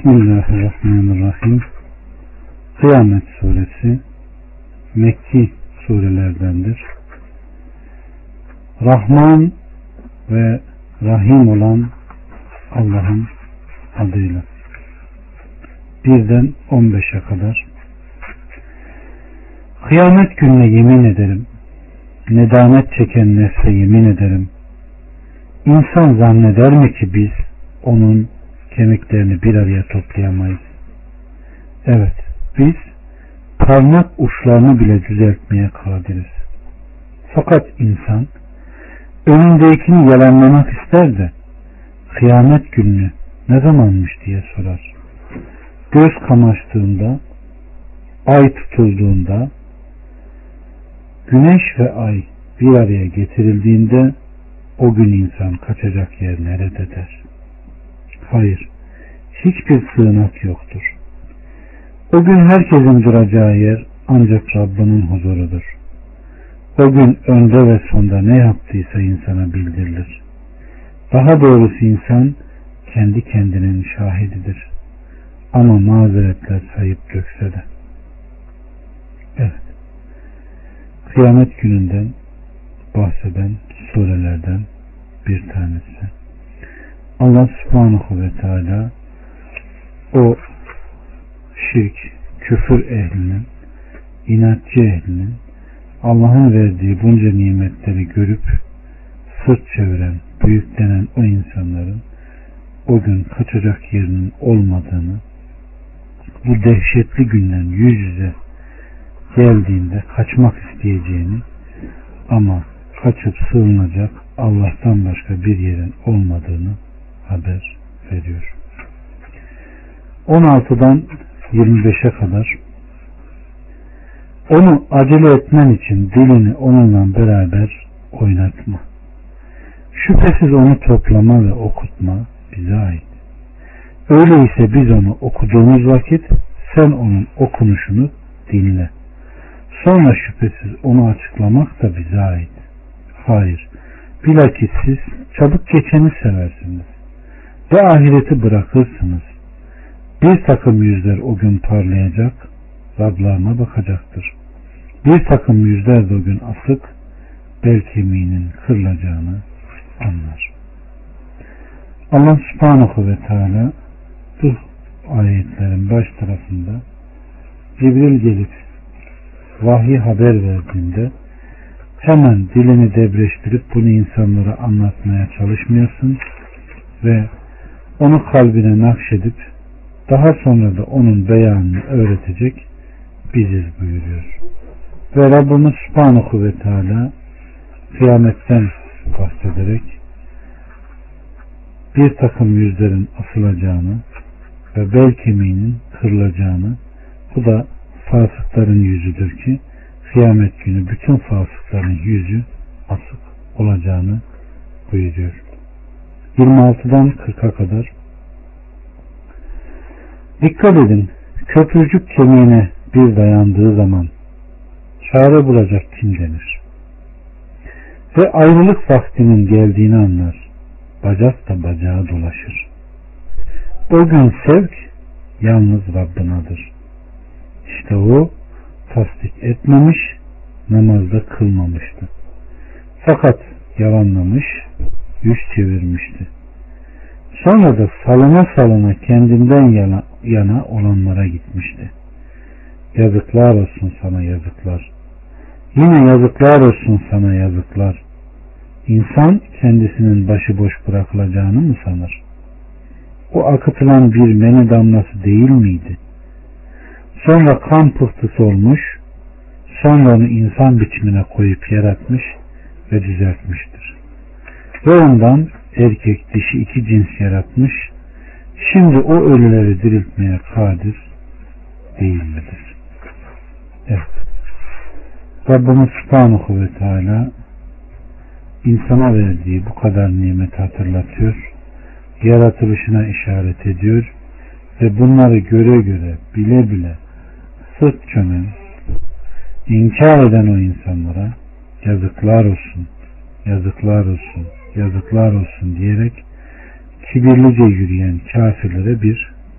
Bismillahirrahmanirrahim. Kıyamet suresi Mekki surelerdendir. Rahman ve Rahim olan Allah'ın adıyla. 1'den 15'e kadar. Kıyamet gününe yemin ederim. Nedamet çeken nefse yemin ederim. İnsan zanneder mi ki biz onun kemiklerini bir araya toplayamayız? Evet, biz parmak uçlarını bile düzeltmeye kadiriz. Fakat insan önündekini yalanlamak ister de kıyamet gününü ne zamanmış diye sorar. Göz kamaştığında, ay tutulduğunda, güneş ve ay bir araya getirildiğinde o gün insan kaçacak yer nerede der. Hayır, hiçbir sığınak yoktur. O gün herkesin duracağı yer ancak Rabbinin huzurudur. O gün önde ve sonda ne yaptıysa insana bildirilir. Daha doğrusu insan kendi kendinin şahididir. Ama mazeretler sayıp dökse de. Evet. Kıyamet gününden bahseden surelerden bir tanesi. Allah subhanahu ve teala o şirk, küfür ehlinin, inatçı ehlinin Allah'ın verdiği bunca nimetleri görüp sırt çeviren, büyüklenen o insanların o gün kaçacak yerinin olmadığını, bu dehşetli günden yüz yüze geldiğinde kaçmak isteyeceğini ama kaçıp sığınacak Allah'tan başka bir yerin olmadığını haber veriyor. 16'dan 25'e kadar onu acele etmen için dilini onunla beraber oynatma. Şüphesiz onu toplama ve okutma bize ait. Öyleyse biz onu okuduğumuz vakit sen onun okunuşunu dinle. Sonra şüphesiz onu açıklamak da bize ait. Hayır, bilakis siz çabuk geçeni seversiniz ve ahireti bırakırsınız. Bir takım yüzler o gün parlayacak, Rablarına bakacaktır. Bir takım yüzler de o gün asık, bel kemiğinin kırılacağını anlar. Allah subhanahu ve teala bu ayetlerin baş tarafında Cibril gelip vahyi haber verdiğinde hemen dilini debreştirip bunu insanlara anlatmaya çalışmıyorsun ve onu kalbine nakşedip daha sonra da onun beyanını öğretecek biziz buyuruyor. Ve Rabbimiz Subhanahu ve Teala kıyametten bahsederek bir takım yüzlerin asılacağını ve bel kemiğinin kırılacağını, bu da fasıkların yüzüdür ki kıyamet günü bütün fasıkların yüzü asık olacağını buyuruyor. 26'dan 40'a kadar. Dikkat edin, köprücük kemiğine bir dayandığı zaman çare bulacak kim denir? Ve ayrılık vaktinin geldiğini anlar. Bacak da bacağa dolaşır. O gün sevk yalnız Rabbinadır. İşte o tasdik etmemiş, namazda kılmamıştı. Fakat yalanlamış, yüz çevirmişti. Sonra da salına salına kendinden yana olanlara gitmişti. Yazıklar olsun sana yazıklar. Yine yazıklar olsun sana yazıklar. İnsan kendisinin başıboş bırakılacağını mı sanır? O akıtılan bir meni damlası değil miydi? Sonra kan pıhtısı olmuş, sonra onu insan biçimine koyup yaratmış ve düzeltmiştir. Ve ondan erkek dişi iki cins yaratmış, şimdi o ölüleri diriltmeye kadir değil midir? Evet. Rabbimiz Subhanahu ve Teala insana verdiği bu kadar nimeti hatırlatıyor, yaratılışına işaret ediyor ve bunları göre göre, bile bile sırt çönen, inkar eden o insanlara yazıklar olsun, yazıklar olsun, yazıklar olsun diyerek kibirlice yürüyen kafirlere bir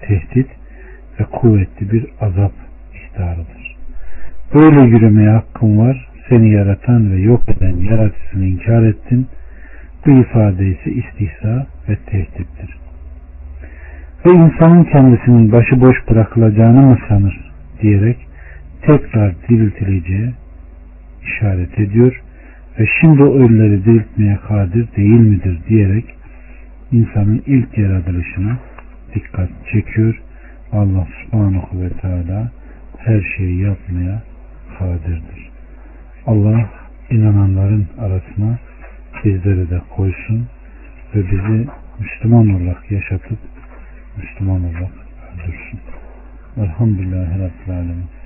tehdit ve kuvvetli bir azap ihtarıdır. Böyle yürümeye hakkın var. Seni yaratan ve yok eden yaratıcısını inkar ettin. Bu ifade ise istihza ve tehdittir. Ve insanın kendisinin başıboş bırakılacağını mı sanır diyerek tekrar diriltileceği işaret ediyor ve şimdi o ölüleri diriltmeye kadir değil midir diyerek insanın ilk yaratılışına dikkat çekiyor. Allah subhanahu ve teala her şeyi yapmaya kadirdir. Allah inananların arasına bizleri de koysun ve bizi Müslüman olarak yaşatıp Müslüman olarak öldürsün. Elhamdülillahi Rabbil Alemin.